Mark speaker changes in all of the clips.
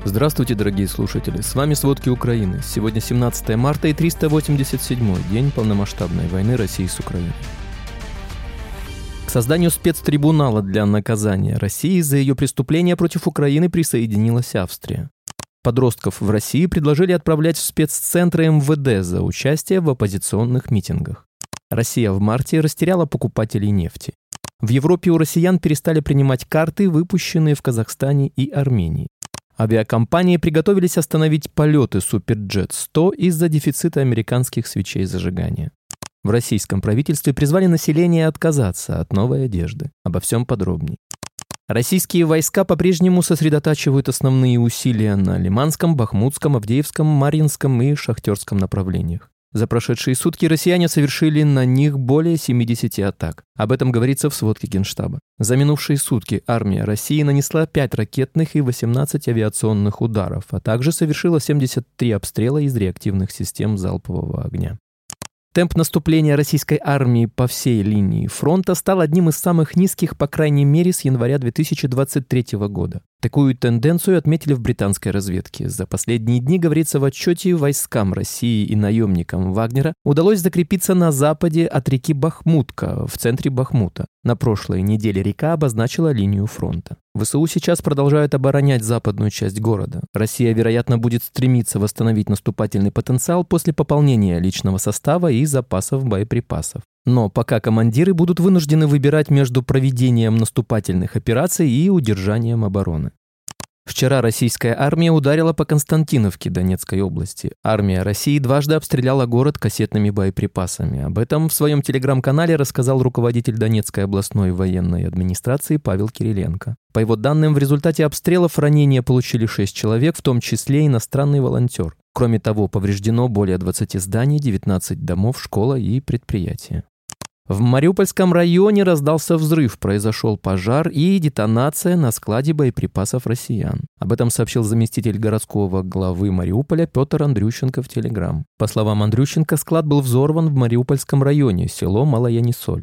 Speaker 1: Здравствуйте, дорогие слушатели! С вами «Сводки Украины». Сегодня 17 марта и 387-й день полномасштабной войны России с Украиной. К созданию спецтрибунала для наказания России за ее преступления против Украины присоединилась Австрия. Подростков в России предложили отправлять в спеццентры МВД за участие в оппозиционных митингах. Россия в марте растеряла покупателей нефти. В Европе у россиян перестали принимать карты, выпущенные в Казахстане и Армении. Авиакомпании приготовились остановить полеты Суперджет-100 из-за дефицита американских свечей зажигания. В российском правительстве призвали население отказаться от новой одежды. Обо всем подробней. Российские войска по-прежнему сосредотачивают основные усилия на Лиманском, Бахмутском, Авдеевском, Марьинском и Шахтерском направлениях. За прошедшие сутки россияне совершили на них более 70 атак. Об этом говорится в сводке Генштаба. За минувшие сутки армия России нанесла 5 ракетных и 18 авиационных ударов, а также совершила 73 обстрела из реактивных систем залпового огня. Темп наступления российской армии по всей линии фронта стал одним из самых низких, по крайней мере, с января 2023 года. Такую тенденцию отметили в британской разведке. За последние дни, говорится в отчете, войскам России и наемникам Вагнера удалось закрепиться на западе от реки Бахмутка, в центре Бахмута. На прошлой неделе река обозначила линию фронта. ВСУ сейчас продолжают оборонять западную часть города. Россия, вероятно, будет стремиться восстановить наступательный потенциал после пополнения личного состава и запасов боеприпасов. Но пока командиры будут вынуждены выбирать между проведением наступательных операций и удержанием обороны. Вчера российская армия ударила по Константиновке Донецкой области. Армия России дважды обстреляла город кассетными боеприпасами. Об этом в своем телеграм-канале рассказал руководитель Донецкой областной военной администрации Павел Кириленко. По его данным, в результате обстрелов ранения получили 6 человек, в том числе иностранный волонтер. Кроме того, повреждено более 20 зданий, 19 домов, школа и предприятия. В Мариупольском районе раздался взрыв, произошел пожар и детонация на складе боеприпасов россиян. Об этом сообщил заместитель городского главы Мариуполя Петр Андрющенко в Телеграм. По словам Андрющенко, склад был взорван в Мариупольском районе, село Малоянисоль.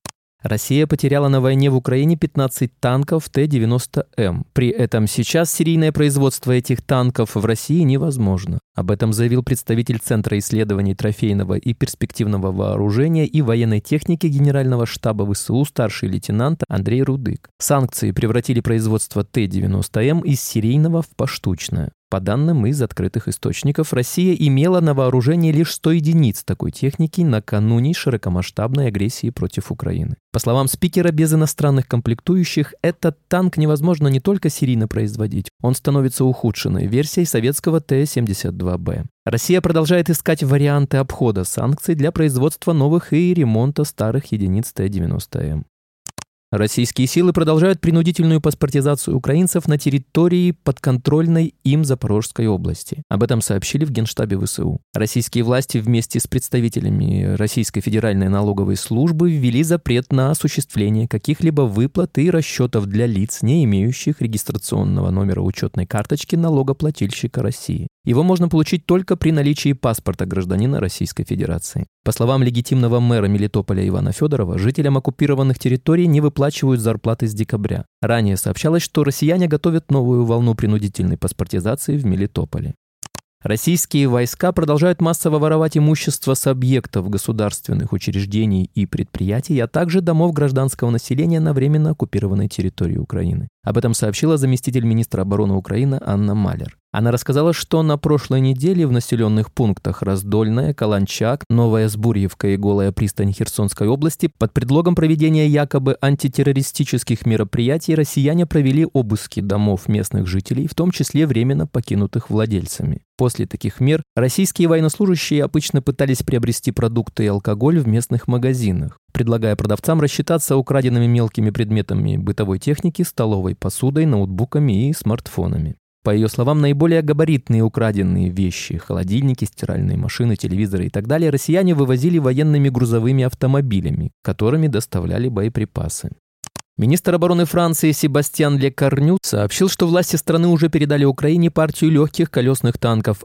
Speaker 1: Россия потеряла на войне в Украине 15 танков Т-90М. При этом сейчас серийное производство этих танков в России невозможно. Об этом заявил представитель Центра исследований трофейного и перспективного вооружения и военной техники Генерального штаба ВСУ старший лейтенант Андрей Рудык. Санкции превратили производство Т-90М из серийного в поштучное. По данным из открытых источников, Россия имела на вооружении лишь 100 единиц такой техники накануне широкомасштабной агрессии против Украины. По словам спикера, без иностранных комплектующих этот танк невозможно не только серийно производить, он становится ухудшенной версией советского Т-72Б. Россия продолжает искать варианты обхода санкций для производства новых и ремонта старых единиц Т-90М. Российские силы продолжают принудительную паспортизацию украинцев на территории подконтрольной им Запорожской области. Об этом сообщили в Генштабе ВСУ. Российские власти вместе с представителями Российской Федеральной налоговой службы ввели запрет на осуществление каких-либо выплат и расчетов для лиц, не имеющих регистрационного номера учетной карточки налогоплательщика России. Его можно получить только при наличии паспорта гражданина Российской Федерации. По словам легитимного мэра Мелитополя Ивана Федорова, жителям оккупированных территорий не выплачивают зарплаты с декабря. Ранее сообщалось, что россияне готовят новую волну принудительной паспортизации в Мелитополе. Российские войска продолжают массово воровать имущество с объектов государственных учреждений и предприятий, а также домов гражданского населения на временно оккупированной территории Украины. Об этом сообщила заместитель министра обороны Украины Анна Малер. Она рассказала, что на прошлой неделе в населенных пунктах Раздольная, Каланчак, Новая Сбурьевка и Голая пристань Херсонской области под предлогом проведения якобы антитеррористических мероприятий россияне провели обыски домов местных жителей, в том числе временно покинутых владельцами. После таких мер российские военнослужащие обычно пытались приобрести продукты и алкоголь в местных магазинах, предлагая продавцам рассчитаться украденными мелкими предметами бытовой техники, столовой посудой, ноутбуками и смартфонами. По ее словам, наиболее габаритные украденные вещи – холодильники, стиральные машины, телевизоры и так далее – россияне вывозили военными грузовыми автомобилями, которыми доставляли боеприпасы. Министр обороны Франции Себастьян Лекарню сообщил, что власти страны уже передали Украине партию легких колесных танков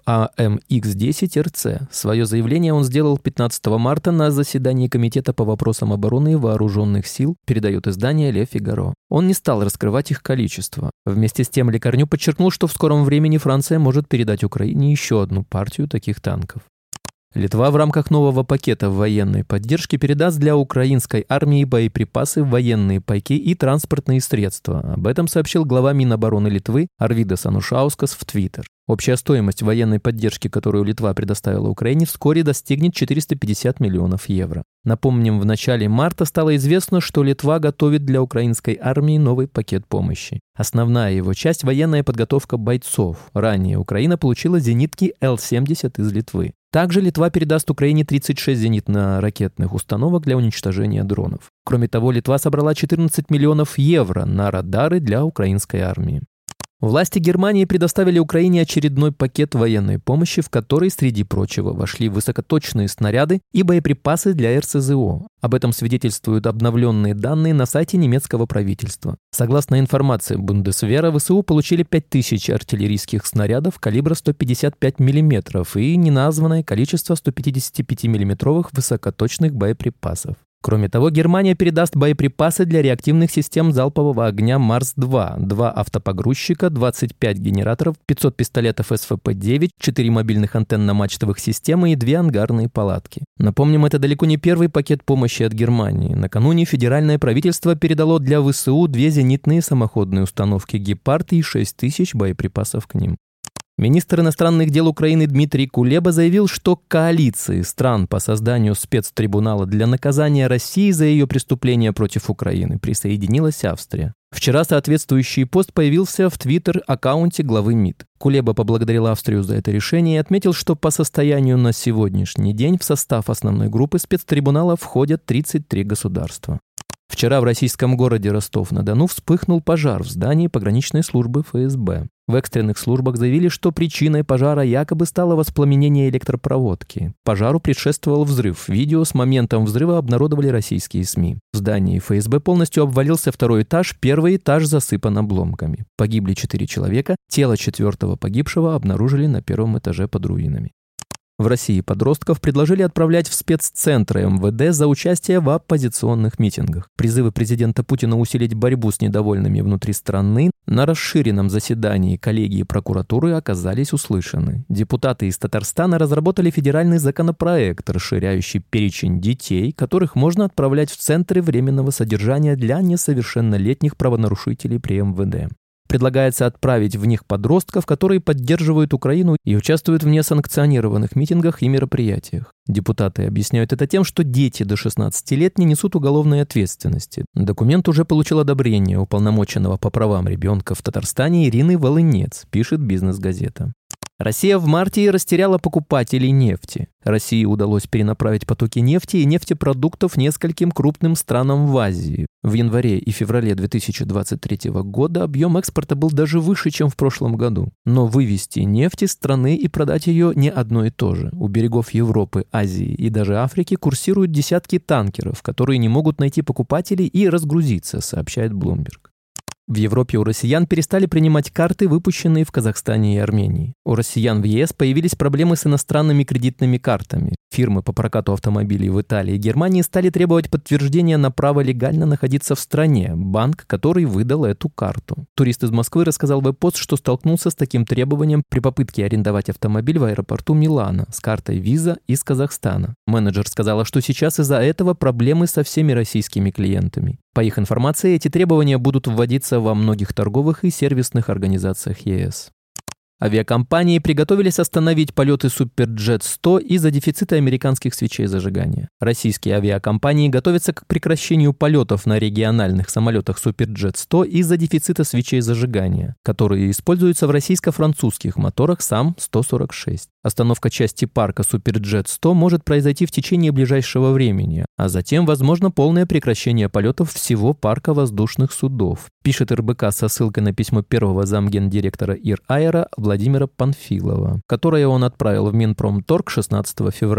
Speaker 1: АМХ-10 РЦ. Свое заявление он сделал 15 марта на заседании Комитета по вопросам обороны и вооруженных сил, передает издание «Ле Фигаро». Он не стал раскрывать их количество. Вместе с тем Лекарню подчеркнул, что в скором времени Франция может передать Украине еще одну партию таких танков. Литва в рамках нового пакета военной поддержки передаст для украинской армии боеприпасы, военные пайки и транспортные средства. Об этом сообщил глава Минобороны Литвы Арвидас Анушаускас в Твиттер. Общая стоимость военной поддержки, которую Литва предоставила Украине, вскоре достигнет 450 миллионов евро. Напомним, в начале марта стало известно, что Литва готовит для украинской армии новый пакет помощи. Основная его часть – военная подготовка бойцов. Ранее Украина получила зенитки Л-70 из Литвы. Также Литва передаст Украине 36 зенитно-ракетных установок для уничтожения дронов. Кроме того, Литва собрала 14 миллионов евро на радары для украинской армии. Власти Германии предоставили Украине очередной пакет военной помощи, в который, среди прочего, вошли высокоточные снаряды и боеприпасы для РСЗО. Об этом свидетельствуют обновленные данные на сайте немецкого правительства. Согласно информации Бундесвера, ВСУ получили 5000 артиллерийских снарядов калибра 155 мм и неназванное количество 155 мм высокоточных боеприпасов. Кроме того, Германия передаст боеприпасы для реактивных систем залпового огня Марс-2, 2 автопогрузчика, 25 генераторов, 500 пистолетов СВП-9, 4 мобильных антенно-мачтовых системы и 2 ангарные палатки. Напомним, это далеко не первый пакет помощи от Германии. Накануне федеральное правительство передало для ВСУ 2 зенитные самоходные установки «Гепард» и 6000 боеприпасов к ним. Министр иностранных дел Украины Дмитрий Кулеба заявил, что к коалиции стран по созданию спецтрибунала для наказания России за ее преступления против Украины присоединилась Австрия. Вчера соответствующий пост появился в Твиттер-аккаунте главы МИД. Кулеба поблагодарил Австрию за это решение и отметил, что по состоянию на сегодняшний день в состав основной группы спецтрибунала входят 33 государства. Вчера в российском городе Ростов-на-Дону вспыхнул пожар в здании пограничной службы ФСБ. В экстренных службах заявили, что причиной пожара якобы стало воспламенение электропроводки. Пожару предшествовал взрыв. Видео с моментом взрыва обнародовали российские СМИ. В здании ФСБ полностью обвалился второй этаж, первый этаж засыпан обломками. Погибли 4 человека, тело 4-го погибшего обнаружили на 1-м этаже под руинами. В России подростков предложили отправлять в спеццентры МВД за участие в оппозиционных митингах. Призывы президента Путина усилить борьбу с недовольными внутри страны на расширенном заседании коллегии прокуратуры оказались услышаны. Депутаты из Татарстана разработали федеральный законопроект, расширяющий перечень детей, которых можно отправлять в центры временного содержания для несовершеннолетних правонарушителей при МВД. Предлагается отправить в них подростков, которые поддерживают Украину и участвуют в несанкционированных митингах и мероприятиях. Депутаты объясняют это тем, что дети до 16 лет не несут уголовной ответственности. Документ уже получил одобрение уполномоченного по правам ребенка в Татарстане Ирины Волынец, пишет «Бизнес-газета». Россия в марте растеряла покупателей нефти. России удалось перенаправить потоки нефти и нефтепродуктов нескольким крупным странам в Азии. В январе и феврале 2023 года объем экспорта был даже выше, чем в прошлом году. Но вывести нефть из страны и продать ее не одно и то же. У берегов Европы, Азии и даже Африки курсируют десятки танкеров, которые не могут найти покупателей и разгрузиться, сообщает Bloomberg. В Европе у россиян перестали принимать карты, выпущенные в Казахстане и Армении. У россиян в ЕС появились проблемы с иностранными кредитными картами. Фирмы по прокату автомобилей в Италии и Германии стали требовать подтверждения на право легально находиться в стране, банк, который выдал эту карту. Турист из Москвы рассказал в Эпост, что столкнулся с таким требованием при попытке арендовать автомобиль в аэропорту Милана с картой Visa из Казахстана. Менеджер сказала, что сейчас из-за этого проблемы со всеми российскими клиентами. По их информации, эти требования будут вводиться во многих торговых и сервисных организациях ЕС. Авиакомпании приготовились остановить полеты Суперджет-100 из-за дефицита американских свечей зажигания. Российские авиакомпании готовятся к прекращению полетов на региональных самолетах Суперджет-100 из-за дефицита свечей зажигания, которые используются в российско-французских моторах САМ-146. Остановка части парка Суперджет-100 может произойти в течение ближайшего времени, а затем, возможно, полное прекращение полетов всего парка воздушных судов, пишет РБК со ссылкой на письмо первого замгендиректора ИР-Аэро Владимира Панфилова, которое он отправил в Минпромторг 16 февраля.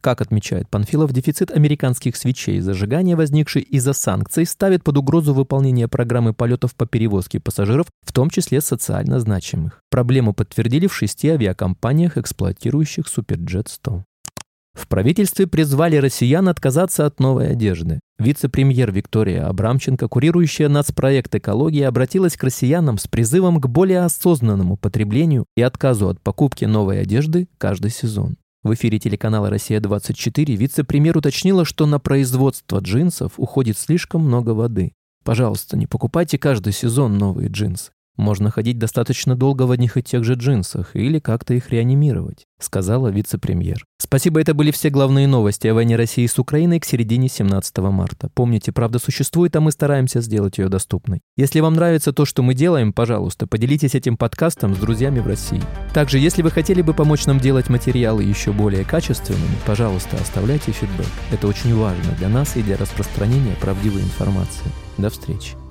Speaker 1: Как отмечает Панфилов, дефицит американских свечей зажигания, возникший из-за санкций, ставит под угрозу выполнение программы полетов по перевозке пассажиров, в том числе социально значимых. Проблему подтвердили в 6 авиакомпаниях, эксплуатирующих Суперджет-100. В правительстве призвали россиян отказаться от новой одежды. Вице-премьер Виктория Абрамченко, курирующая нацпроект «Экология», обратилась к россиянам с призывом к более осознанному потреблению и отказу от покупки новой одежды каждый сезон. В эфире телеканала «Россия-24» вице-премьер уточнила, что на производство джинсов уходит слишком много воды. Пожалуйста, не покупайте каждый сезон новые джинсы. Можно ходить достаточно долго в одних и тех же джинсах или как-то их реанимировать, сказала вице-премьер. Спасибо, это были все главные новости о войне России с Украиной к середине 17 марта. Помните, правда существует, а мы стараемся сделать ее доступной. Если вам нравится то, что мы делаем, пожалуйста, поделитесь этим подкастом с друзьями в России. Также, если вы хотели бы помочь нам делать материалы еще более качественными, пожалуйста, оставляйте фидбэк. Это очень важно для нас и для распространения правдивой информации. До встречи.